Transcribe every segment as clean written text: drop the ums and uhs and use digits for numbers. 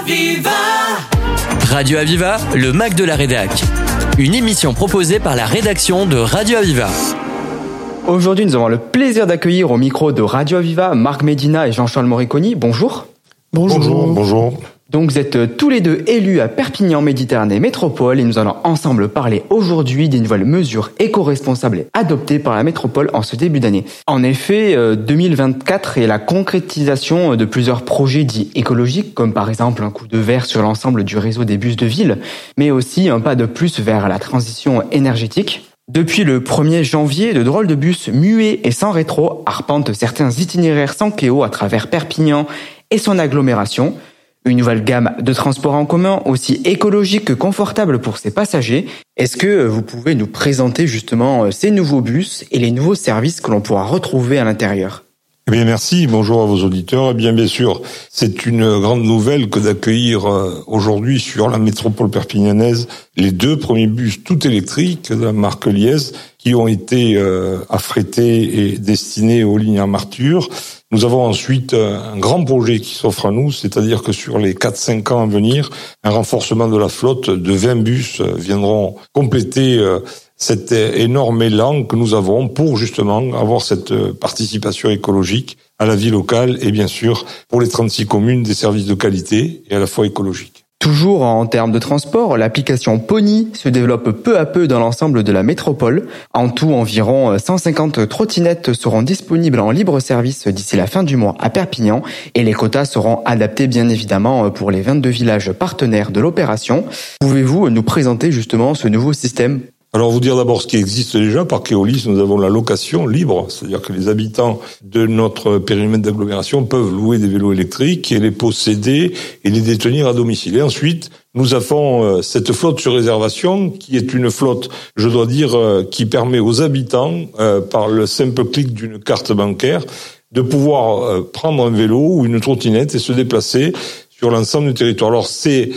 Aviva. Radio Aviva, le Mac de la Rédac. Une émission proposée par la rédaction de Radio Aviva. Aujourd'hui, nous avons le plaisir d'accueillir au micro de Radio Aviva Marc Médina et Jean-Charles Moriconi. Bonjour. Bonjour. Donc vous êtes tous les deux élus à Perpignan Méditerranée Métropole et nous allons ensemble parler aujourd'hui des nouvelles mesures éco-responsables adoptées par la métropole en ce début d'année. En effet, 2024 est la concrétisation de plusieurs projets dits écologiques, comme par exemple un coup de verre sur l'ensemble du réseau des bus de ville, mais aussi un pas de plus vers la transition énergétique. Depuis le 1er janvier, de drôles de bus muets et sans rétro arpentent certains itinéraires sans Kéo à travers Perpignan et son agglomération. Une nouvelle gamme de transports en commun aussi écologique que confortable pour ses passagers. Est-ce que vous pouvez nous présenter justement ces nouveaux bus et les nouveaux services que l'on pourra retrouver à l'intérieur ? Eh bien, merci. Bonjour à vos auditeurs. Eh bien sûr, c'est une grande nouvelle que d'accueillir aujourd'hui sur la métropole perpignanaise les 2 premiers bus tout électriques de la marque Liez qui ont été affrétés et destinés aux lignes Armature. Nous avons ensuite un grand projet qui s'offre à nous, c'est-à-dire que sur les 4-5 ans à venir, un renforcement de la flotte de 20 bus viendront compléter cet énorme élan que nous avons pour justement avoir cette participation écologique à la vie locale et bien sûr pour les 36 communes des services de qualité et à la fois écologiques. Toujours en termes de transport, l'application Pony se développe peu à peu dans l'ensemble de la métropole. En tout, environ 150 trottinettes seront disponibles en libre service d'ici la fin du mois à Perpignan et les quotas seront adaptés bien évidemment pour les 22 villages partenaires de l'opération. Pouvez-vous nous présenter justement ce nouveau système ? Alors, vous dire d'abord ce qui existe déjà. Par Keolis, nous avons la location libre, c'est-à-dire que les habitants de notre périmètre d'agglomération peuvent louer des vélos électriques et les posséder et les détenir à domicile. Et ensuite, nous avons cette flotte sur réservation qui est une flotte, je dois dire, qui permet aux habitants, par le simple clic d'une carte bancaire, de pouvoir prendre un vélo ou une trottinette et se déplacer sur l'ensemble du territoire. Alors ces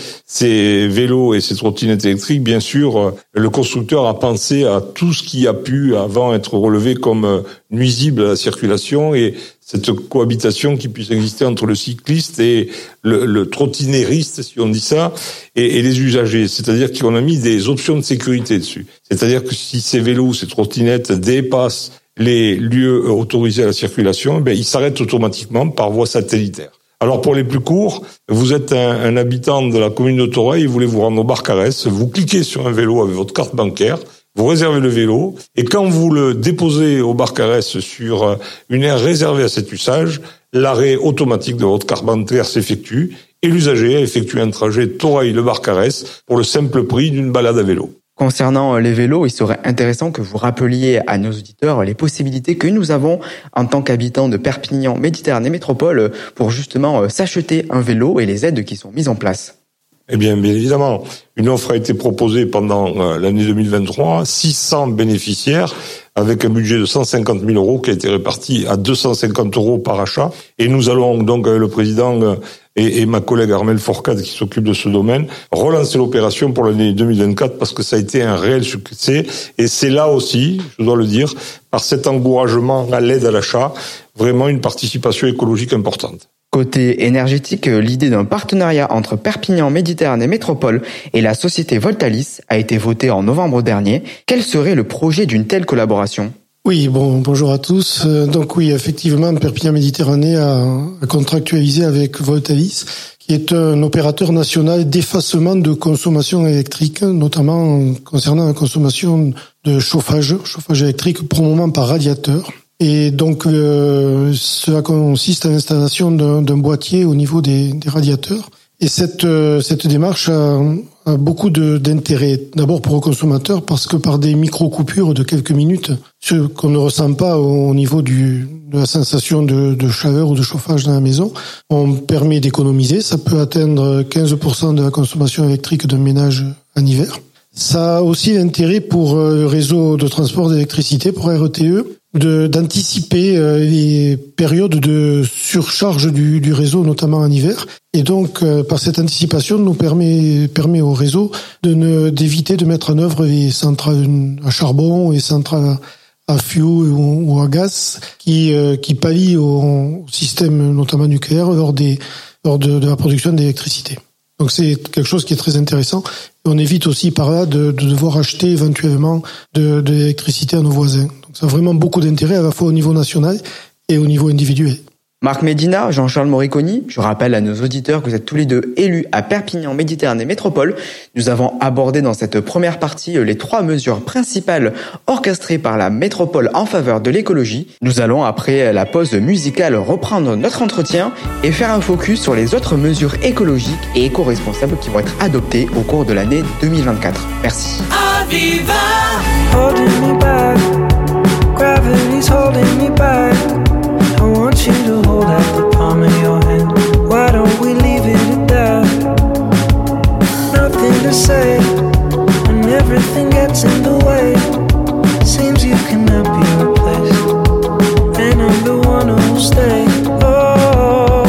vélos et ces trottinettes électriques, bien sûr, le constructeur a pensé à tout ce qui a pu avant être relevé comme nuisible à la circulation et cette cohabitation qui puisse exister entre le cycliste et le trottinériste, si on dit ça, et les usagers. C'est-à-dire qu'on a mis des options de sécurité dessus. C'est-à-dire que si ces vélos, ces trottinettes dépassent les lieux autorisés à la circulation, ils s'arrêtent automatiquement par voie satellitaire. Alors pour les plus courts, vous êtes un habitant de la commune de Toreil et vous voulez vous rendre au Barcarès, vous cliquez sur un vélo avec votre carte bancaire, vous réservez le vélo et quand vous le déposez au Barcarès sur une aire réservée à cet usage, l'arrêt automatique de votre carte bancaire s'effectue et l'usager a effectué un trajet Toreil-le Barcarès pour le simple prix d'une balade à vélo. Concernant les vélos, il serait intéressant que vous rappeliez à nos auditeurs les possibilités que nous avons en tant qu'habitants de Perpignan Méditerranée Métropole pour justement s'acheter un vélo et les aides qui sont mises en place. Eh bien évidemment, une offre a été proposée pendant l'année 2023, 600 bénéficiaires avec un budget de 150 000 euros qui a été réparti à 250 euros par achat. Et nous allons donc avec le président et ma collègue Armelle Fourcade qui s'occupe de ce domaine, relancer l'opération pour l'année 2024 parce que ça a été un réel succès. Et c'est là aussi, je dois le dire, par cet encouragement à l'aide à l'achat, vraiment une participation écologique importante. Côté énergétique, l'idée d'un partenariat entre Perpignan Méditerranée Métropole et la société Voltalis a été votée en novembre dernier. Quel serait le projet d'une telle collaboration ? Oui, bonjour à tous. Donc oui, effectivement, Perpignan Méditerranée a contractualisé avec Voltalis, qui est un opérateur national d'effacement de consommation électrique, notamment concernant la consommation de chauffage électrique pour le moment par radiateur. Et donc, cela consiste à l'installation d'un boîtier au niveau des radiateurs. Et cette démarche a beaucoup d'intérêt. D'abord pour le consommateur, parce que par des micro-coupures de quelques minutes, ce qu'on ne ressent pas au niveau de la sensation de chaleur ou de chauffage dans la maison, on permet d'économiser. Ça peut atteindre 15% de la consommation électrique d'un ménage en hiver. Ça a aussi l'intérêt pour le réseau de transport d'électricité, pour RTE, d'anticiper les périodes de surcharge du réseau, notamment en hiver. Et donc, par cette anticipation, nous permet au réseau d'éviter de mettre en œuvre les centrales à charbon et les centrales à fioul ou à gaz qui pallient au système, notamment nucléaire, lors de la production d'électricité. Donc c'est quelque chose qui est très intéressant. Et on évite aussi par là de devoir acheter éventuellement de l'électricité à nos voisins. Donc ça a vraiment beaucoup d'intérêt à la fois au niveau national et au niveau individuel. Marc Médina, Jean-Charles Moriconi, je rappelle à nos auditeurs que vous êtes tous les deux élus à Perpignan Méditerranée Métropole. Nous avons abordé dans cette première partie les 3 mesures principales orchestrées par la métropole en faveur de l'écologie. Nous allons, après la pause musicale, reprendre notre entretien et faire un focus sur les autres mesures écologiques et éco-responsables qui vont être adoptées au cours de l'année 2024. Merci. Aviva, holding me back, gravity's holding me back. I want you to hold out the palm of your hand. Why don't we leave it at that? Nothing to say, and everything gets in the way. Seems you cannot be replaced, and I'm the one who'll stay. Oh,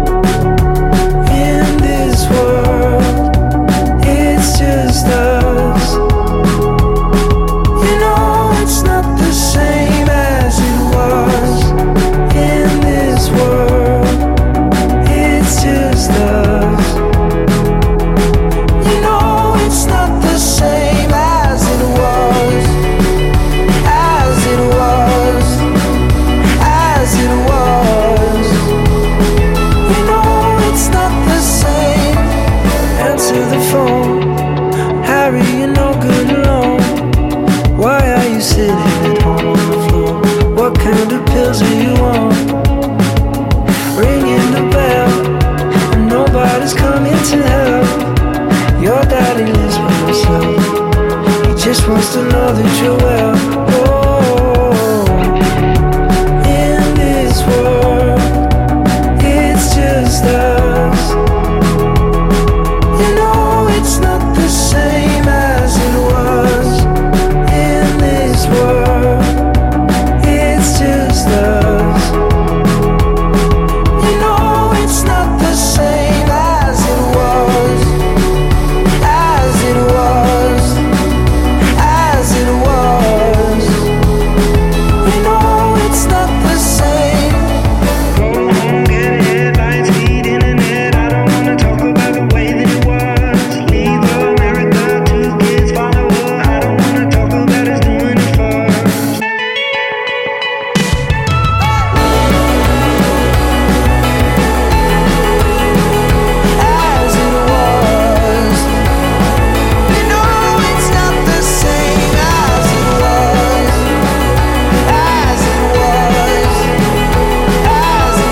in this world, it's just us. You know it's not the same as it was. In this world, it's just us. You know it's not the same as it was, as it was, as it was. You know it's not the same. Answer the phone, Harry, you're no good alone. Why are you sitting at home on the floor? What kind of pills are you on? Ringing the bell, and nobody's coming to help. Your daddy lives by himself. He just wants to know that you're well. Oh, in this world, it's just us. You know it's not the same as it was. In this world, it's just us. You know it's not the same as it was, as it was, as it was. You know it's not the same. Go home, get headlines, feed internet. I don't wanna talk about the way that it was. Leave America, 2 kids follow her. I don't wanna talk about us doing it first. As it was, you know it's not the same as it was, as it was, as it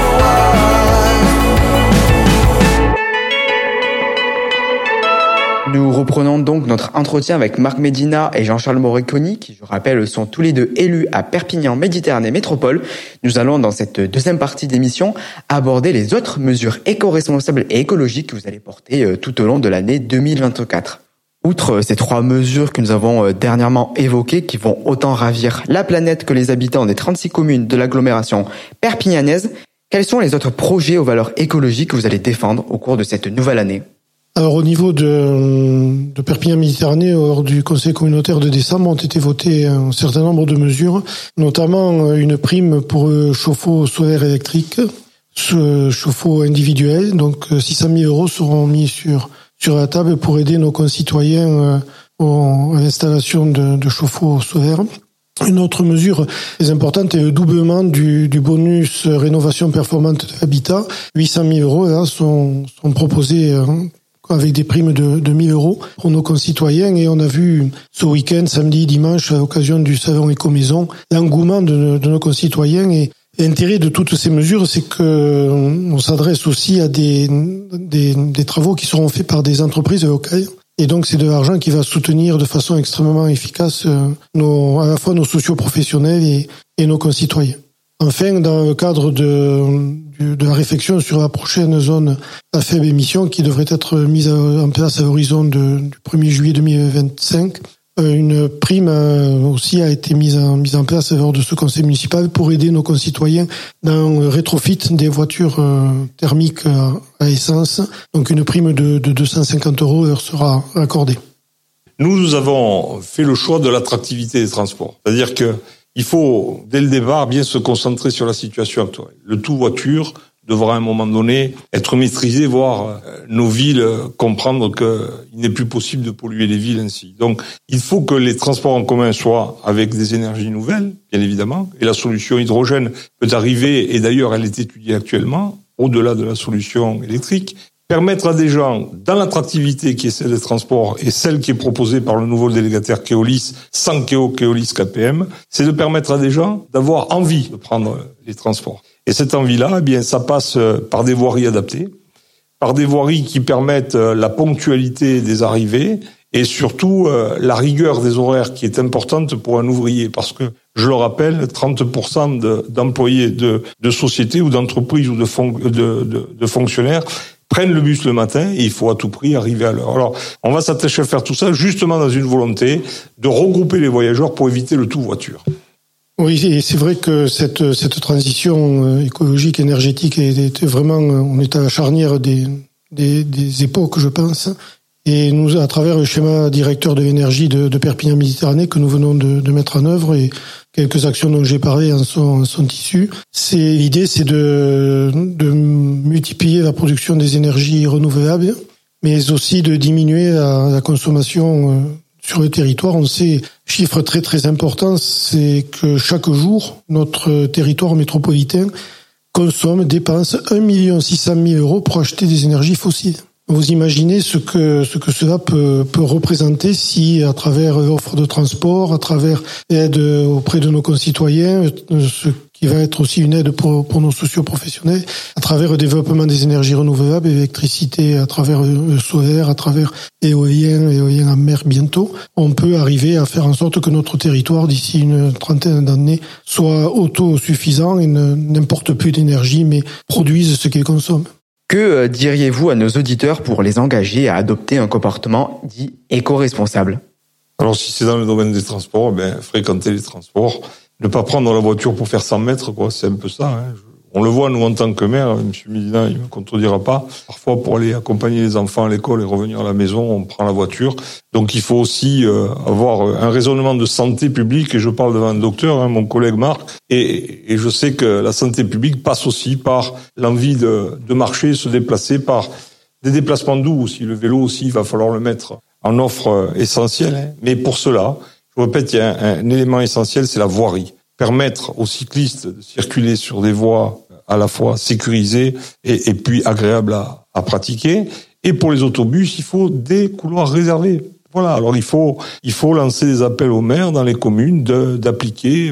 was. Nous reprenons donc notre entretien avec Marc Médina et Jean-Charles Moriconi, qui, je rappelle, sont tous les deux élus à Perpignan Méditerranée Métropole. Nous allons, dans cette deuxième partie d'émission, aborder les autres mesures éco-responsables et écologiques que vous allez porter tout au long de l'année 2024. Outre ces 3 mesures que nous avons dernièrement évoquées, qui vont autant ravir la planète que les habitants des 36 communes de l'agglomération perpignanaise, quels sont les autres projets aux valeurs écologiques que vous allez défendre au cours de cette nouvelle année ? Alors au niveau de Perpignan Méditerranée, lors du conseil communautaire de décembre, ont été votées un certain nombre de mesures, notamment une prime pour le chauffe-eau solaire électrique, ce chauffe-eau individuel. Donc 600 000 € seront mis sur la table pour aider nos concitoyens à l'installation de chauffe-eau solaire. Une autre mesure très importante est le doublement du bonus rénovation performante de l'habitat. 800 000 € là sont proposés avec des primes de 1 000 € pour nos concitoyens. Et on a vu ce week-end, samedi, dimanche, à l'occasion du salon Éco-Maison, l'engouement de nos concitoyens. Et l'intérêt de toutes ces mesures, c'est que on s'adresse aussi à des travaux qui seront faits par des entreprises locales. Et donc, c'est de l'argent qui va soutenir de façon extrêmement efficace à la fois nos socio-professionnels et nos concitoyens. Enfin, dans le cadre de la réflexion sur la prochaine zone à faible émission qui devrait être mise en place à l'horizon du 1er juillet 2025, une prime aussi a été mise en place lors de ce conseil municipal pour aider nos concitoyens dans le rétrofit des voitures thermiques à essence. Donc une prime de 250 € leur sera accordée. Nous avons fait le choix de l'attractivité des transports. C'est-à-dire que il faut, dès le départ, bien se concentrer sur la situation actuelle. Le tout voiture devra à un moment donné être maîtrisé, voire nos villes comprendre qu'il n'est plus possible de polluer les villes ainsi. Donc, il faut que les transports en commun soient avec des énergies nouvelles, bien évidemment, et la solution hydrogène peut arriver, et d'ailleurs elle est étudiée actuellement, au-delà de la solution électrique, permettre à des gens, dans l'attractivité qui est celle des transports et celle qui est proposée par le nouveau délégataire Keolis, sans Keolis KPM, c'est de permettre à des gens d'avoir envie de prendre les transports. Et cette envie-là, eh bien, ça passe par des voiries adaptées, par des voiries qui permettent la ponctualité des arrivées et surtout la rigueur des horaires qui est importante pour un ouvrier. Parce que, je le rappelle, 30% d'employés de sociétés ou d'entreprises ou de fonctionnaires prennent le bus le matin et il faut à tout prix arriver à l'heure. Alors, on va s'attacher à faire tout ça justement dans une volonté de regrouper les voyageurs pour éviter le tout voiture. Oui, et c'est vrai que cette transition écologique, énergétique était vraiment, on est à la charnière des époques, je pense. Et nous, à travers le schéma directeur de l'énergie de Perpignan Méditerranée que nous venons de mettre en œuvre et quelques actions dont j'ai parlé en sont issues. L'idée, c'est de multiplier la production des énergies renouvelables, mais aussi de diminuer la consommation sur le territoire. On sait, chiffre très très important, c'est que chaque jour, notre territoire métropolitain dépense 1 600 000 € pour acheter des énergies fossiles. Vous imaginez ce que cela peut représenter si, à travers l'offre de transport, à travers l'aide auprès de nos concitoyens, ce qui va être aussi une aide pour nos socio-professionnels, à travers le développement des énergies renouvelables, l'électricité, à travers le solaire, à travers l'éolien en mer bientôt, on peut arriver à faire en sorte que notre territoire, d'ici une trentaine d'années, soit autosuffisant et n'importe plus d'énergie, mais produise ce qu'il consomme. Que diriez-vous à nos auditeurs pour les engager à adopter un comportement dit éco-responsable ? Alors si c'est dans le domaine des transports, fréquenter les transports, ne pas prendre la voiture pour faire 100 mètres, quoi, c'est un peu ça. Hein. On le voit, nous, en tant que maire, M. Médina, il ne me contredira pas. Parfois, pour aller accompagner les enfants à l'école et revenir à la maison, on prend la voiture. Donc, il faut aussi avoir un raisonnement de santé publique, et je parle devant un docteur, mon collègue Marc, et je sais que la santé publique passe aussi par l'envie de marcher, se déplacer, par des déplacements doux aussi. Le vélo aussi, il va falloir le mettre en offre essentielle. Hein. Mais pour cela, je répète, il y a un élément essentiel, c'est la voirie. Permettre aux cyclistes de circuler sur des voies à la fois sécurisées et puis agréables à pratiquer. Et pour les autobus, il faut des couloirs réservés. Voilà. Alors il faut lancer des appels aux maires dans les communes d'appliquer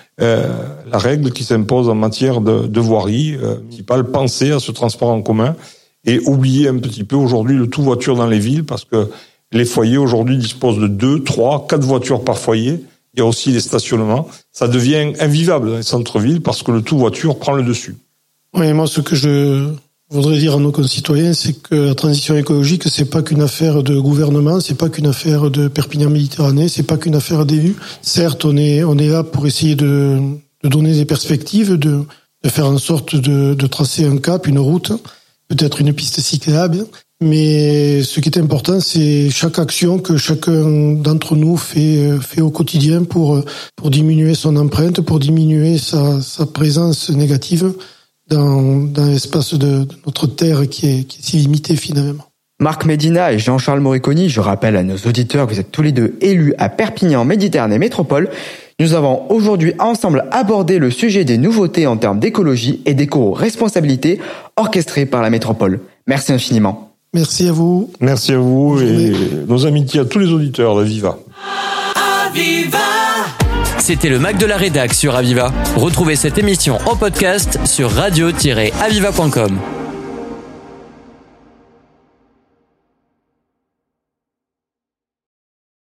la règle qui s'impose en matière de voirie municipale. Penser à ce transport en commun et oublier un petit peu aujourd'hui le tout voiture dans les villes, parce que les foyers aujourd'hui disposent de 2, 3, 4 voitures par foyer. Il y a aussi les stationnements. Ça devient invivable dans les centres-villes parce que le tout voiture prend le dessus. Oui, moi, ce que je voudrais dire à nos concitoyens, c'est que la transition écologique, c'est pas qu'une affaire de gouvernement, c'est pas qu'une affaire de Perpignan Méditerranée, c'est pas qu'une affaire d'élus. Certes, on est là pour essayer de donner des perspectives, de faire en sorte de tracer un cap, une route, peut-être une piste cyclable. Mais ce qui est important, c'est chaque action que chacun d'entre nous fait au quotidien pour diminuer son empreinte, pour diminuer sa présence négative dans l'espace de notre terre qui est si limité finalement. Marc Médina et Jean-Charles Moriconi, je rappelle à nos auditeurs que vous êtes tous les deux élus à Perpignan Méditerranée Métropole. Nous avons aujourd'hui ensemble abordé le sujet des nouveautés en termes d'écologie et d'éco-responsabilité orchestrées par la métropole. Merci infiniment. Merci à vous. Merci à vous et nos amitiés à tous les auditeurs d'Aviva. Aviva. C'était le Mac de la Rédac sur Aviva. Retrouvez cette émission en podcast sur radio-aviva.com.